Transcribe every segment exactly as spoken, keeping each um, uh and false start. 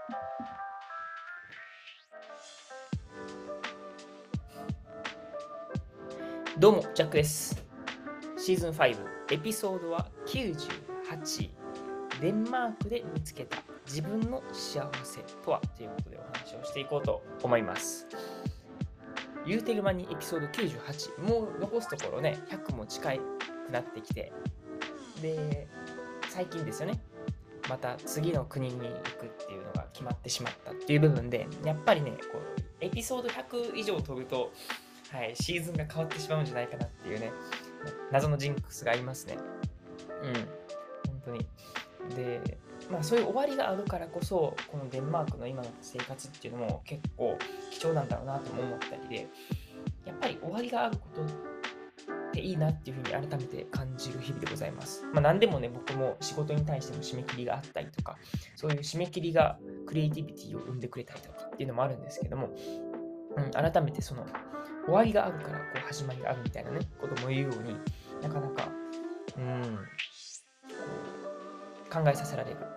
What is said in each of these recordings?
どうも、ジャックです。シーズンファイブ、エピソードはきゅうじゅうはち、デンマークで見つけた自分の幸せとはということでお話をしていこうと思います。言うてる間にエピソードきゅうじゅうはち、もう残すところね、ひゃくも近くなってきて、で、最近ですよね、また次の国に行くっていうのが決まってしまったっていう部分で、やっぱりね、こうエピソードひゃく以上飛ぶと、はい、シーズンが変わってしまうんじゃないかなっていうね、謎のジンクスがありますね。うん、本当に。で、まあそういう終わりがあるからこそ、このデンマークの今の生活っていうのも結構貴重なんだろうなとも思ったりで、やっぱり終わりがあることっていいなっていうふうに改めて感じる日々でございます。まあ何でもね、僕も仕事に対しての締め切りがあったりとか、そういう締め切りがクリエイティビティを生んでくれたりとかっていうのもあるんですけども、うん、改めてその終わりがあるからこう始まりがあるみたいなね、ことも言うようになかなか、うん、考えさせられる、はい、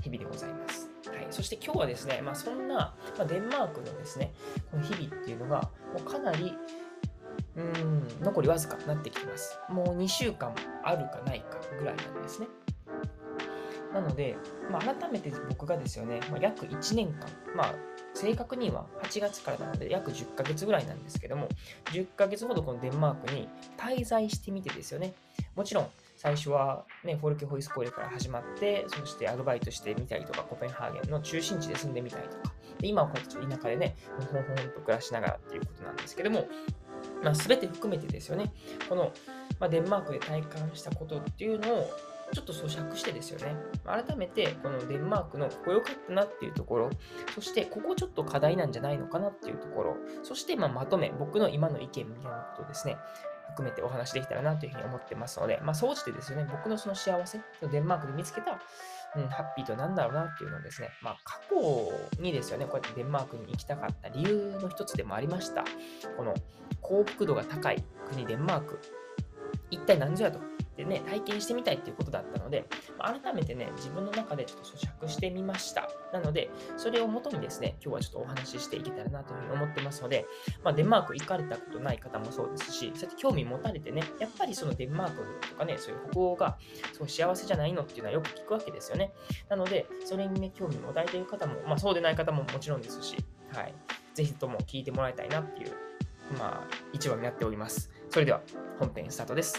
日々でございます。はい、そして今日はですね、まあ、そんな、まあ、デンマークのですね、この日々っていうのが、もうかなり、うん、残りわずかになってきてます。もうにしゅうかんあるかないかぐらいなんですね。なので、まあ、改めて僕がですよね、まあ、約いちねんかん、まあ、正確にははちがつからなので約じゅっかげつぐらいなんですけども、じゅっかげつほどこのデンマークに滞在してみてですよね。もちろん、最初は、ね、フォルケホイスコーレから始まって、そしてアルバイトしてみたりとか、コペンハーゲンの中心地で住んでみたりとか、で今はこうやって田舎でね、ほんほんと暮らしながらっていうことなんですけども、まあ、全て含めてですよね、この、まあ、デンマークで体感したことっていうのを、ちょっと咀嚼してですよね、改めてこのデンマークのここ良かったなっていうところ、そしてここちょっと課題なんじゃないのかなっていうところ、そしてまあまとめ、僕の今の意見みたいなことをですね、含めてお話できたらなというふうに思ってますので、まあ、総じてですよね、僕のその幸せ、デンマークで見つけた、うん、ハッピーとなんだろうなっていうのをですね、まあ、過去にですよね、こうやってデンマークに行きたかった理由の一つでもありました。この幸福度が高い国デンマーク、一体何ぞやと。でね、体験してみたいっていうことだったので、改めてね、自分の中でちょっと咀嚼してみました。なので、それをもとにですね、今日はちょっとお話ししていけたらなというふうに思ってますので、まあ、デンマーク行かれたことない方もそうですし、そうやって興味持たれてね、やっぱりそのデンマークとかね、そういう北欧がすごい幸せじゃないのっていうのはよく聞くわけですよね。なので、それにね、興味持たれている方も、まあそうでない方ももちろんですし、はい。ぜひとも聞いてもらいたいなっていう、まあ、一話になっております。それでは、本編スタートです。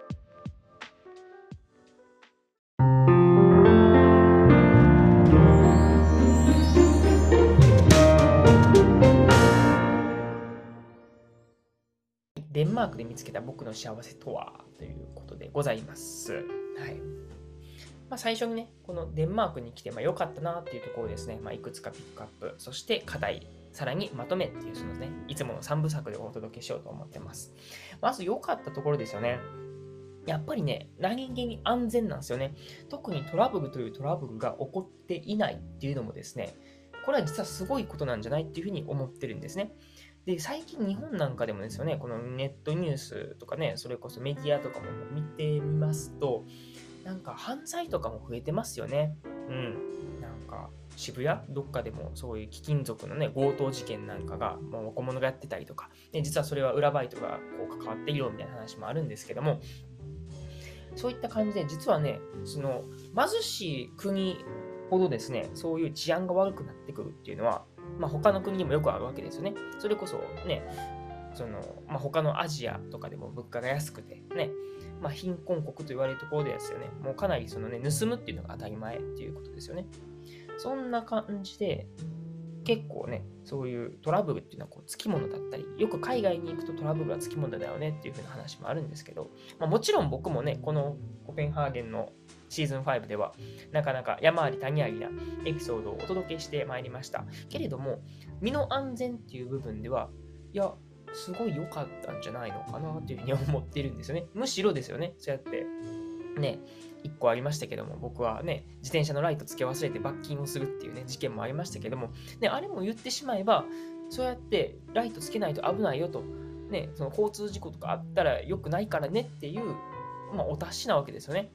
デンマークで見つけた僕の幸せとはということでございます。はい。まあ、最初にね、このデンマークに来て、まあ、良かったなっていうところですね、まあ、いくつかピックアップ、そして課題、さらにまとめっていうそのね、いつものさんぶ作でお届けしようと思ってます。まず良かったところですよね。やっぱりね、何気に安全なんですよね。特にトラブルというトラブルが起こっていないっていうのもですね、これは実はすごいことなんじゃないっていうふうに思ってるんですね。で、最近日本なんかでもですよね、このネットニュースとかね、それこそメディアとかも見てみますと、なんか犯罪とかも増えてますよね。うん。なんか渋谷どっかでもそういう貴金属のね、強盗事件なんかが、もう若者がやってたりとか、で実はそれは裏バイトがこう関わっているよみたいな話もあるんですけども、そういった感じで、実はね、その貧しい国ほどですね、そういう治安が悪くなってくるっていうのは、まあ、他の国にもよくあるわけですよね。それこそね、そのまあ、他のアジアとかでも物価が安くてね、まあ、貧困国と言われるところですよね。もうかなりそのね、盗むっていうのが当たり前っていうことですよね。そんな感じで、結構ね、そういうトラブルっていうのはこうつきものだったり、よく海外に行くとトラブルがつきものだよねっていう風な話もあるんですけど、まあ、もちろん僕もね、このコペンハーゲンのシーズンファイブでは、なかなか山あり谷ありなエピソードをお届けしてまいりました。けれども、身の安全っていう部分では、いや、すごい良かったんじゃないのかなというふうに思っているんですよね。むしろですよね、そうやってね、いっこありましたけども、僕はね、自転車のライトつけ忘れて罰金をするっていうね、事件もありましたけども、ね、あれも言ってしまえば、そうやってライトつけないと危ないよと、ね、その交通事故とかあったら良くないからねっていう、まあ、お達しなわけですよね。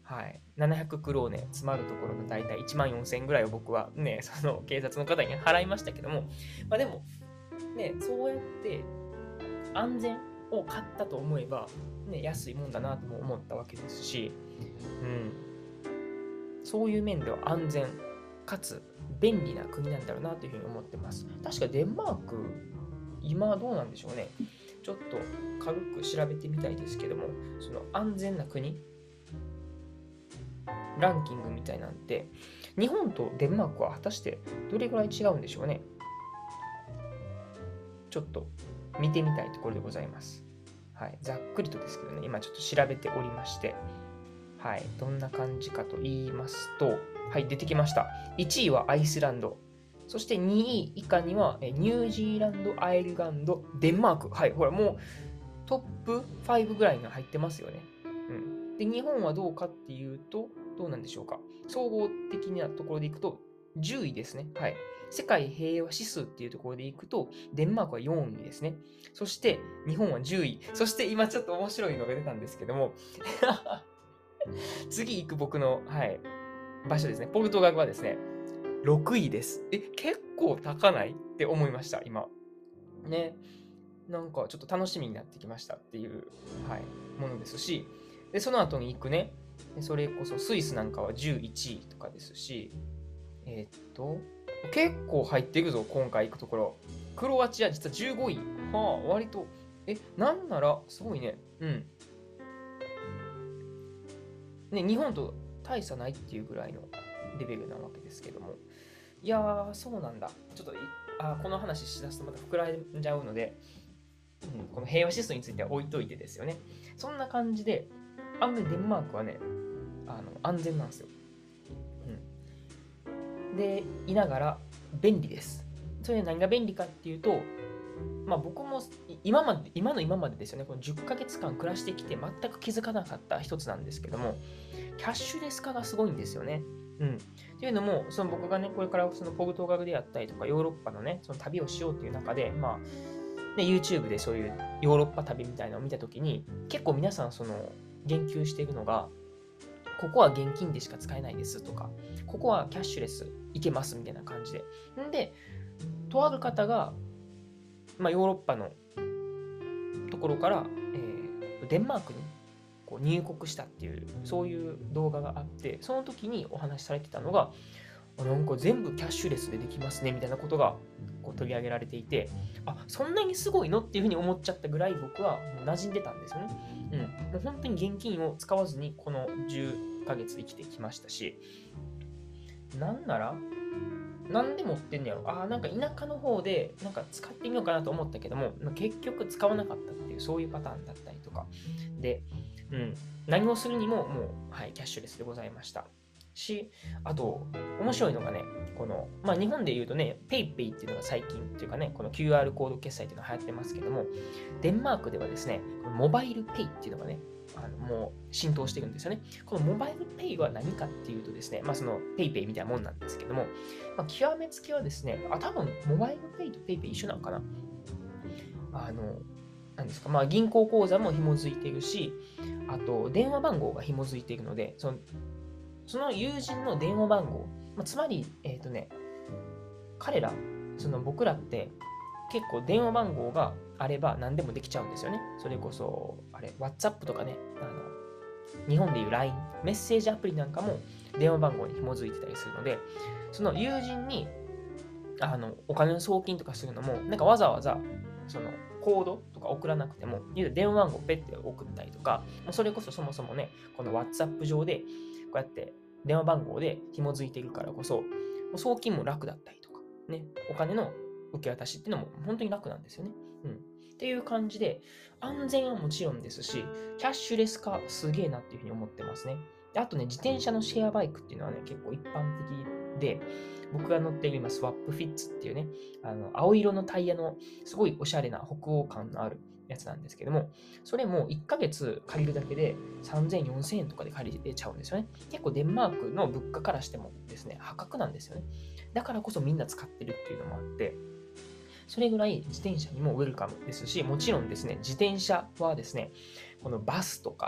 はい、ななひゃくクローネ詰まるところの大体いちまんよんせんえんぐらいを僕はね、その警察の方に払いましたけども、まあでも、ね、そうやって安全を買ったと思えば、ね、安いもんだなとも思ったわけですし、うん、そういう面では安全かつ便利な国なんだろうなというふうに思ってます。確かデンマーク、今どうなんでしょうね。ちょっと軽く調べてみたいですけども、その安全な国ランキングみたいなんて、日本とデンマークは果たしてどれぐらい違うんでしょうね。ちょっと見てみたいところでございます。はい、ざっくりとですけどね、今ちょっと調べておりまして、はい、どんな感じかと言いますと、はい、出てきました。いちいはアイスランド。そしてにい以下にはニュージーランド、アイルランド、デンマーク。はい、ほらもうトップごぐらいが入ってますよね。うん。で、日本はどうかっていうと、どうなんでしょうか。総合的なところでいくと、じゅういですね。はい。世界平和指数っていうところでいくと、デンマークはよんいですね。そして、日本はじゅうい。そして今ちょっと面白いのが出たんですけども、次行く僕の、はい、場所ですね。ポルトガルはですね、ろくいです。え、結構高ないって思いました、今。ね。なんかちょっと楽しみになってきましたっていう、はい、ものですし、で、その後に行くね、それこそスイスなんかはじゅういちいとかですし、えー、っと、結構入っていくぞ、今回行くところ。クロアチア実はじゅうごい。はあ、割と、え、なんなら、すごいね。うん。ね、日本と大差ないっていうぐらいのレベルなわけですけども。いやー、そうなんだ。ちょっと、あこの話しだすとまた膨らんじゃうので、うん、この平和指数については置いといてですよね。そんな感じで、あんまりデンマークはね、あの安全なんですよ。うん、で、いながら便利です。それで何が便利かっていうと、まあ僕も今まで、今の今までですよね、このじゅっかげつかん暮らしてきて全く気づかなかった一つなんですけども、キャッシュレス化がすごいんですよね。うん。っていうのも、その僕がね、これからそのポルトガルであったりとか、ヨーロッパのね、その旅をしようっていう中で、まあ、ね、YouTube でそういうヨーロッパ旅みたいなのを見たときに、結構皆さんその言及しているのが、ここは現金でしか使えないですとか、ここはキャッシュレスいけますみたいな感じで。んで、とある方が、まあ、ヨーロッパのところから、えー、デンマークにこう入国したっていう、そういう動画があって、その時にお話しされてたのが、なんか全部キャッシュレスでできますねみたいなことがこう取り上げられていて、あ、そんなにすごいのっていうふうに思っちゃったぐらい僕はもう馴染んでたんですよね。うん。もう本当に現金を使わずにこのじゅっかげつ生きてきましたし、なんなら、なんで持ってんのやろ。ああ、なんか田舎の方でなんか使ってみようかなと思ったけども、結局使わなかったっていう、そういうパターンだったりとか。で、うん。何をするにももう、はい、キャッシュレスでございました。し、あと、面白いのがね、この、まあ日本で言うとね、PayPay っていうのが最近っていうかね、この キューアール コード決済っていうのが流行ってますけども、デンマークではですね、モバイルペイっていうのがね、あのもう浸透してるんですよね。このモバイルペイは何かっていうとですね、まあその PayPay みたいなもんなんですけども、まあ、極めつきはですね、あ、多分モバイルペイと PayPay 一緒なのかな。あの、なんですか、まあ銀行口座も紐づいているし、あと電話番号が紐づいているので、そのその友人の電話番号、まあ、つまり、えっとね、彼ら、その僕らって結構電話番号があれば何でもできちゃうんですよね。それこそ、あれ、WhatsApp とかね、あの日本でいう ライン、メッセージアプリなんかも電話番号に紐づいてたりするので、その友人にあのお金の送金とかするのも、なんかわざわざそのコードとか送らなくても、電話番号をペッて送ったりとか、それこそそもそもね、この WhatsApp 上でこうやって電話番号で紐づいているからこそ、送金も楽だったりとか、ね、お金の受け渡しっていうのも本当に楽なんですよね。うん。っていう感じで、安全はもちろんですし、キャッシュレス化すげえなっていうふうに思ってますね。であとね、自転車のシェアバイクっていうのはね、結構一般的で、僕が乗っている今、スワップフィッツっていうね、あの青色のタイヤのすごいおしゃれな北欧感のあるやつなんですけども、それもいっかげつ借りるだけでさんぜん、よんせんえんとかで借りれちゃうんですよね。結構デンマークの物価からしてもですね、破格なんですよね。だからこそみんな使ってるっていうのもあって、それぐらい自転車にもウェルカムですし、もちろんですね、自転車はですね、このバスとか、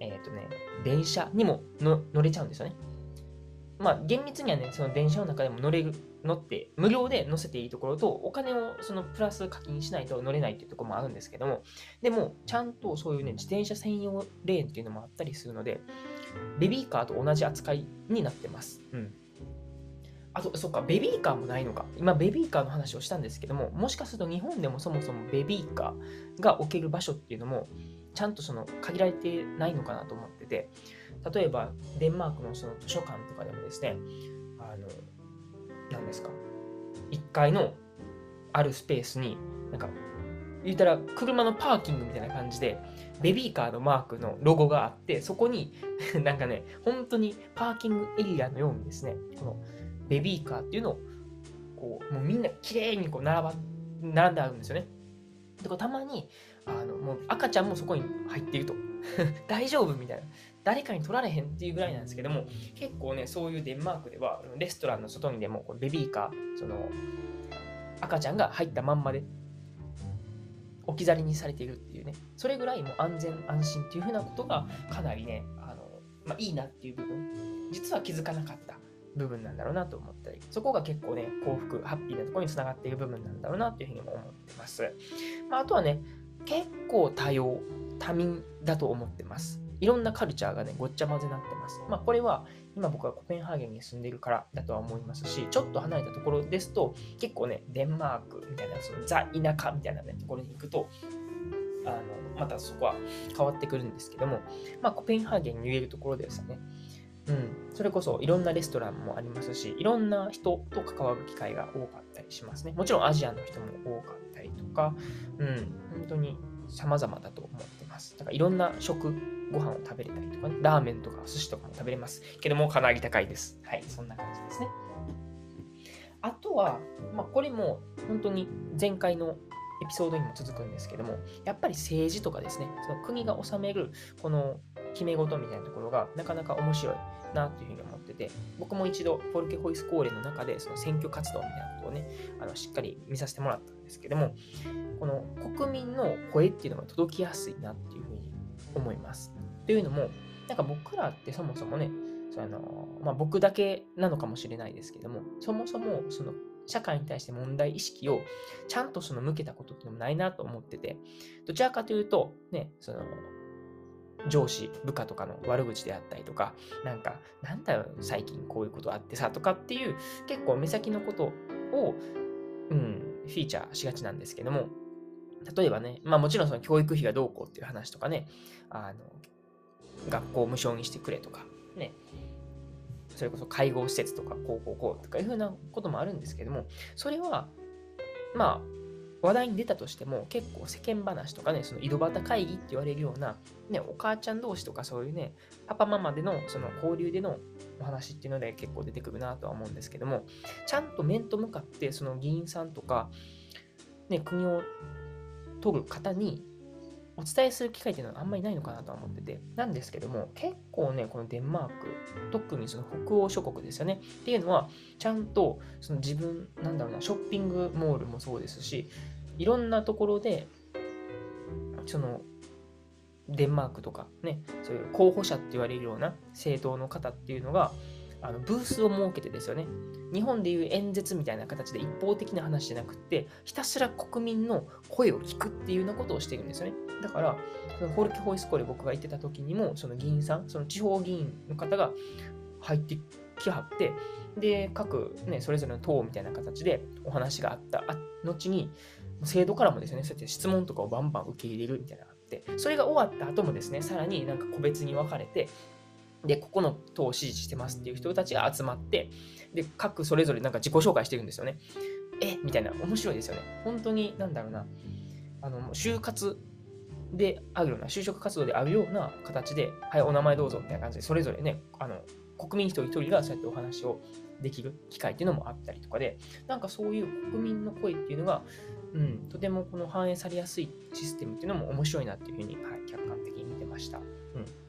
えっとね、電車にもの乗れちゃうんですよね。まあ、厳密にはね、その電車の中でも乗れる、乗って、無料で乗せていいところと、お金をそのプラス課金しないと乗れないっていうところもあるんですけども、でも、ちゃんとそういうね、自転車専用レーンっていうのもあったりするので、ベビーカーと同じ扱いになってます。うん。あと、そっか、ベビーカーもないのか。今、ベビーカーの話をしたんですけども、もしかすると日本でもそもそもベビーカーが置ける場所っていうのも、ちゃんとその限られてないのかなと思ってて、例えば、デンマークのその図書館とかでもですね、あの、何ですか、いっかいのあるスペースに、なんか、言ったら車のパーキングみたいな感じで、ベビーカーのマークのロゴがあって、そこになんかね、本当にパーキングエリアのようにですね、このベビーカーっていうのを、こう、もうみんな綺麗にこう並ば、並んであるんですよね。で、こうたまに、あの、もう赤ちゃんもそこに入っていると。大丈夫みたいな。誰かに取られへんっていうぐらいなんですけども、結構ね、そういうデンマークでは、レストランの外にでも、こうベビーカー、その、赤ちゃんが入ったまんまで置き去りにされているっていうね、それぐらいもう安全安心っていうふうなことがかなりね、あの、まあ、いいなっていう部分、実は気づかなかった部分なんだろうなと思ったり、そこが結構ね、幸福、ハッピーなところにつながっている部分なんだろうなっていうふうにも思ってます。まあ、あとはね、結構多様、多民だと思ってます。いろんなカルチャーがね、ごっちゃ混ぜになってます。まあ、これは今僕はコペンハーゲンに住んでいるからだとは思いますし、ちょっと離れたところですと、結構ね、デンマークみたいな、そのザ・田舎みたいな、ね、ところに行くと、あのまたそこは変わってくるんですけども、まあ、コペンハーゲンに言えるところですね。うん、それこそいろんなレストランもありますし、いろんな人と関わる機会が多かったりしますね。もちろんアジアの人も多かったりとか、うん、本当に様々だと思ってます。だからいろんな食、ご飯を食べれたりとかね、ラーメンとか寿司とかも食べれますけども、かなり高いです。はい、そんな感じですね。あとは、まあ、これも本当に前回のエピソードにも続くんですけども、やっぱり政治とかですね、その国が治めるこの決め事みたいなところがなかなか面白いなというふうに思ってて、僕も一度フォルケホイスコーレの中でその選挙活動みたいなことをね、あのしっかり見させてもらったんですけども、この国民の声っていうのが届きやすいなっていうふうに思います。というのも、なんか僕らってそもそもね、そのまあ、僕だけなのかもしれないですけども、そもそもその社会に対して問題意識をちゃんとその向けたことっていうのもないなと思ってて、どちらかというと、ね、その上司、部下とかの悪口であったりとか、なんか、なんだよ、最近こういうことあってさ、とかっていう、結構目先のことを、うん、フィーチャーしがちなんですけども、例えばね、まあもちろんその教育費がどうこうっていう話とかね、あの、学校を無償にしてくれとか、ね、それこそ介護施設とか、こうこうこうとかいうふうなこともあるんですけども、それは、まあ、話題に出たとしても、結構世間話とかね、その井戸端会議って言われるような、ね、お母ちゃん同士とかそういうね、パパママでのその交流でのお話っていうので結構出てくるなとは思うんですけども、ちゃんと面と向かってその議員さんとか、ね、国を取る方にお伝えする機会っていうのはあんまりないのかなとは思ってて、なんですけども、結構ね、このデンマーク、特にその北欧諸国ですよね、っていうのは、ちゃんとその自分、なんだろうな、ショッピングモールもそうですし、いろんなところで、その、デンマークとかね、そういう候補者って言われるような政党の方っていうのが、あのブースを設けてですよね。日本でいう演説みたいな形で一方的な話じゃなくって、ひたすら国民の声を聞くっていうようなことをしているんですよね。だから、そのフォルケホイスコーレ僕が言ってた時にも、その議員さん、その地方議員の方が入ってきはって、で、各ね、それぞれの党みたいな形でお話があった後に、制度からもですね、そうやって質問とかをバンバン受け入れるみたいなのがあって、それが終わった後もですね、さらになんか個別に分かれて、で、ここの党を支持してますっていう人たちが集まって、で、各それぞれなんか自己紹介してるんですよね。えみたいな、面白いですよね。本当に、なんだろうな、あの、就活であるような、就職活動であるような形で、はい、お名前どうぞみたいな感じで、それぞれね、あの、国民一人一人がそうやってお話をできる機会っていうのもあったりとかで、なんかそういう国民の声っていうのが、うん、とてもこの反映されやすいシステムっていうのも面白いなっていうふうに、はい、客観的に見てました。うん。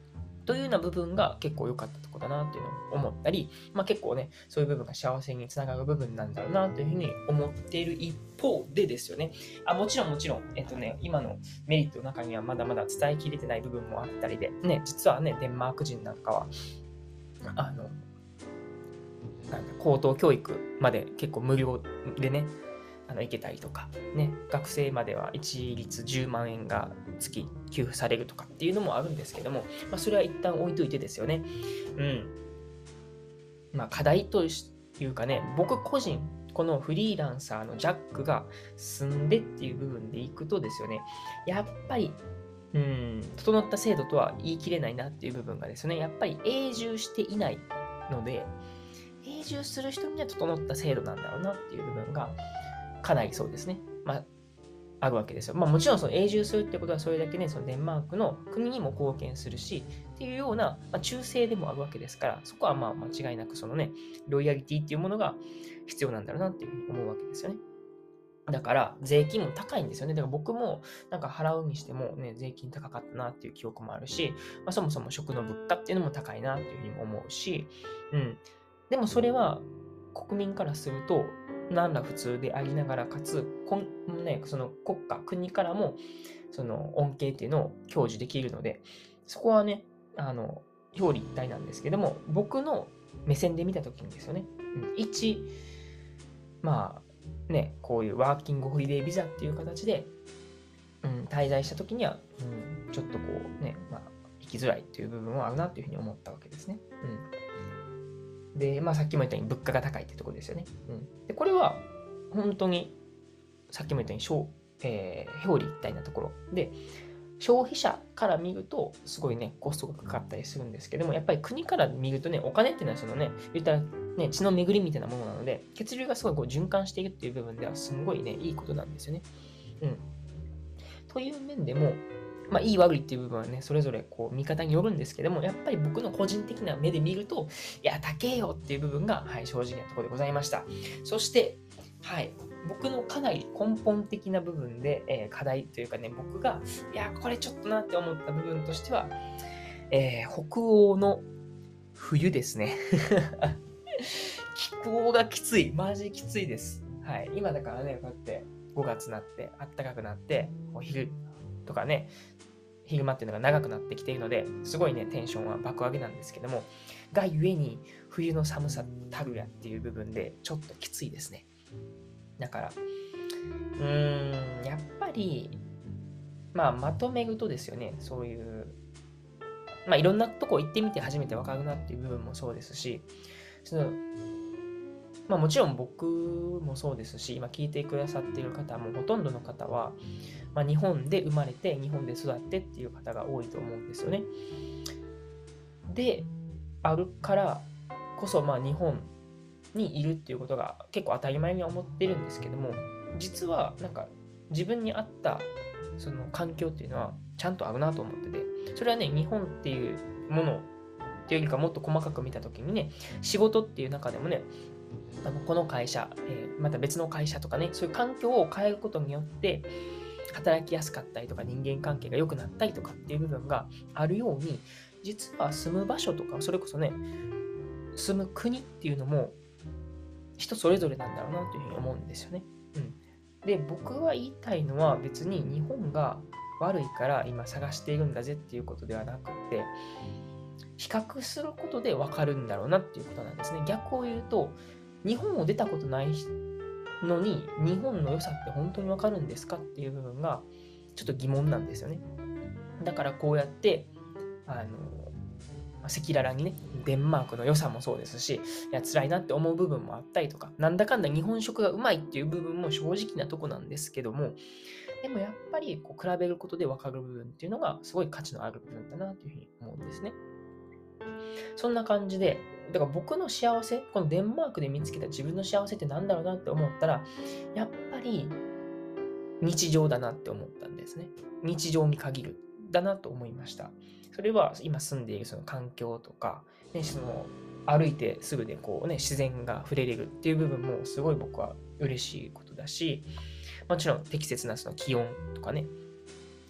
というような部分が結構良かったところだなっていうのを思ったり、まあ結構ね、そういう部分が幸せにつながる部分なんだろうなというふうに思っている一方でですよね。あ、もちろんもちろん、えっとね、今のメリットの中にはまだまだ伝えきれてない部分もあったりで、ね、実はね、デンマーク人なんかは、あの、なんだ高等教育まで結構無料でね、あの行けたりとか、ね、学生までは一律じゅうまんえんが月給付されるとかっていうのもあるんですけども、まあ、それは一旦置いといてですよね。うん。まあ、課題というかね、僕個人、このフリーランサーのジャックが進んでっていう部分でいくとですよね、やっぱり、うん、整った制度とは言い切れないなっていう部分がですね、やっぱり永住していないので、永住する人には整った制度なんだろうなっていう部分がかなりそうですね。まあ、あるわけですよ。まあもちろんその永住するってことはそれだけね、そのデンマークの国にも貢献するし、っていうような、まあ、忠誠でもあるわけですから、そこはまあ間違いなくそのね、ロイヤリティっていうものが必要なんだろうなっていうふうに思うわけですよね。だから税金も高いんですよね。だから僕もなんか払うにしてもね、税金高かったなっていう記憶もあるし、まあ、そもそも食の物価っていうのも高いなっていうふうにも思うし、うん。でもそれは国民からすると、何ら普通でありながら、かつ、こんね、その国家、国からもその恩恵っていうのを享受できるので、そこはね、あの、表裏一体なんですけども、僕の目線で見たときにですよね、うん、一、まあね、こういうワーキングホリデービザっていう形で、うん、滞在したときには、うん、ちょっとこうね、まあ、生きづらいっていう部分はあるなっていうふうに思ったわけですね。うん、で、まあさっきも言ったように物価が高いってところですよね。うん、で、これは本当にさっきも言ったように、えー、表裏一体なところで、消費者から見ると、すごいね、コストがかかったりするんですけども、やっぱり国から見るとね、お金っていうのはそのね、言ったらね、血の巡りみたいなものなので、血流がすごいこう循環しているっていう部分では、すごいね、いいことなんですよね。うん。という面でも、まあ、いい悪いっていう部分はね、それぞれこう見方によるんですけども、やっぱり僕の個人的な目で見ると、いや、高えよっていう部分が、はい、正直なところでございました。そして、はい、僕のかなり根本的な部分で、えー、課題というかね、僕が、いや、これちょっとなって思った部分としては、えー、北欧の冬ですね。気候がきつい。マジきついです。はい。今だからね、こうやってごがつになって、暖かくなって、お昼とかね、昼間っていうのが長くなってきているので、すごいね、テンションは爆上げなんですけども、がゆえに、冬の寒さたるやっていう部分で、ちょっときついですね。だから、うーん、やっぱり、まあ、まとめるとですよね、そういう、まあ、いろんなとこ行ってみて初めてわかるなっていう部分もそうですし、その、まあもちろん僕もそうですし、今聞いてくださっている方もほとんどの方は、まあ、日本で生まれて、日本で育ってっていう方が多いと思うんですよね。で、あるからこそ、まあ日本にいるっていうことが結構当たり前に思ってるんですけども、実はなんか自分に合ったその環境っていうのはちゃんとあるなと思ってて、それはね、日本っていうものっていうよりかもっと細かく見たときにね、仕事っていう中でもね、あのこの会社、えー、また別の会社とかね、そういう環境を変えることによって、働きやすかったりとか人間関係が良くなったりとかっていう部分があるように、実は住む場所とか、それこそね、住む国っていうのも人それぞれなんだろうなというふうに思うんですよね。うん。で、僕は言いたいのは別に日本が悪いから今探しているんだぜっていうことではなくて、比較することで分かるんだろうなっていうことなんですね。逆を言うと、日本を出たことないのに、日本の良さって本当に分かるんですかっていう部分が、ちょっと疑問なんですよね。だからこうやって、あの、赤裸々にね、デンマークの良さもそうですし、いや、辛いなって思う部分もあったりとか、なんだかんだ日本食がうまいっていう部分も正直なとこなんですけども、でもやっぱりこう比べることで分かる部分っていうのがすごい価値のある部分だなというふうに思うんですね。そんな感じで、だから僕の幸せ、このデンマークで見つけた自分の幸せって何だろうなって思ったら、やっぱり日常だなって思ったんですね。日常に限る。だなと思いました。それは今住んでいるその環境とか、ね、その歩いてすぐでこうね、自然が触れれるっていう部分もすごい僕は嬉しいことだし、もちろん適切なその気温とかね、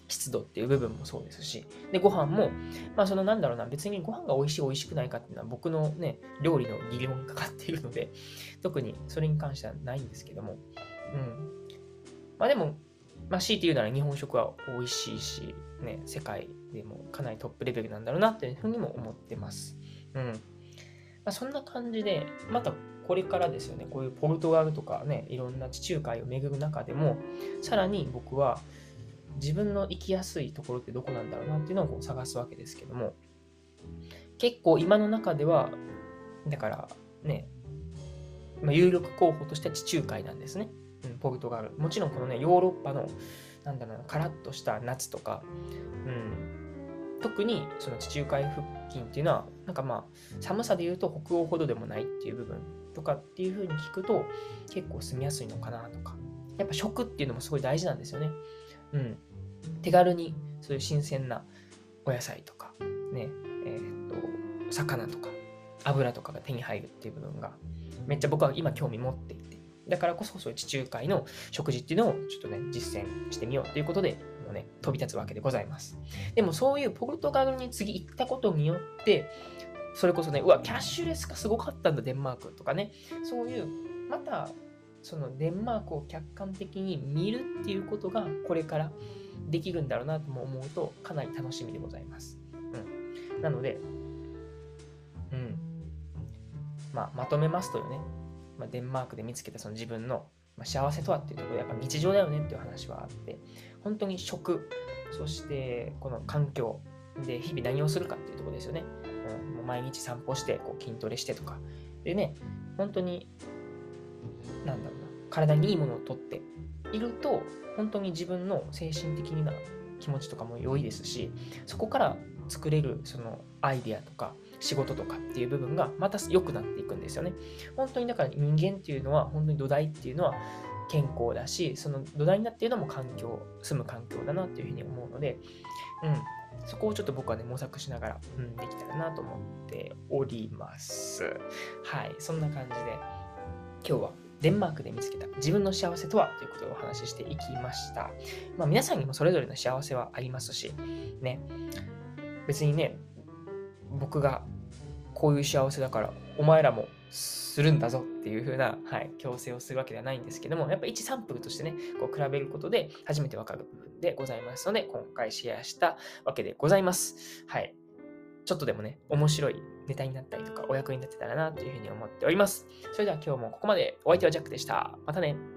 湿度っていう部分もそうですし、で、ご飯も、まあそのなんだろうな、別にご飯が美味しい美味しくないかっていうのは僕のね、料理の技量にかかっているので、特にそれに関してはないんですけども、うん。まあでも、まあ強いて言うなら日本食は美味しいし、ね、世界でもかなりトップレベルなんだろうなっていうふうにも思ってます。うん。まあそんな感じで、またこれからですよね、こういうポルトガルとかね、いろんな地中海を巡る中でも、さらに僕は、自分の行きやすいところってどこなんだろうなっていうのをこう探すわけですけども、結構今の中では、だからね、まあ、有力候補としては地中海なんですね。うん、ポルトガル。もちろんこのね、ヨーロッパの、なんだろうな、カラッとした夏とか、うん、特にその地中海付近っていうのは、なんかまあ、寒さで言うと北欧ほどでもないっていう部分とかっていう風に聞くと、結構住みやすいのかなとか。やっぱ食っていうのもすごい大事なんですよね。うん。手軽にそういう新鮮なお野菜とか、ね、えーっと、魚とか、油とかが手に入るっていう部分が、めっちゃ僕は今興味持っていて、だからこそそういう地中海の食事っていうのをちょっとね、実践してみようということで、もうね、飛び立つわけでございます。でもそういうポルトガルに次行ったことによって、それこそね、うわ、キャッシュレスがすごかったんだ、デンマークとかね、そういう、また、そのデンマークを客観的に見るっていうことが、これからできるんだろうなとも思うと、かなり楽しみでございます。うん。なので、うん。まあ、まとめますとよね、まあ、デンマークで見つけたその自分の幸せとはっていうところで、やっぱ日常だよねっていう話はあって、本当に食、そしてこの環境で日々何をするかっていうところですよね。うん、もう毎日散歩して、こう筋トレしてとか。でね、本当に、なんだろうな、体にいいものをとっていると、本当に自分の精神的な気持ちとかも良いですし、そこから作れるそのアイデアとか仕事とかっていう部分がまた良くなっていくんですよね。本当にだから人間っていうのは、本当に土台っていうのは健康だし、その土台になっているのも環境、住む環境だなっていうふうに思うので、うん、そこをちょっと僕はね、模索しながら、うん、できたらなと思っております。はい、そんな感じで、今日はデンマークで見つけた自分の幸せとはということをお話ししていきました。まあ皆さんにもそれぞれの幸せはありますし、ね、別にね、僕がこういう幸せだからお前らもするんだぞっていう風な、はい、強制をするわけではないんですけども、やっぱ一サンプルとしてね、こう比べることで初めてわかる部分でございますので、今回シェアしたわけでございます。はい。ちょっとでもね、面白いネタになったりとか、お役に立てたらなというふうに思っております。それでは今日もここまで。お相手はジャックでした。またね。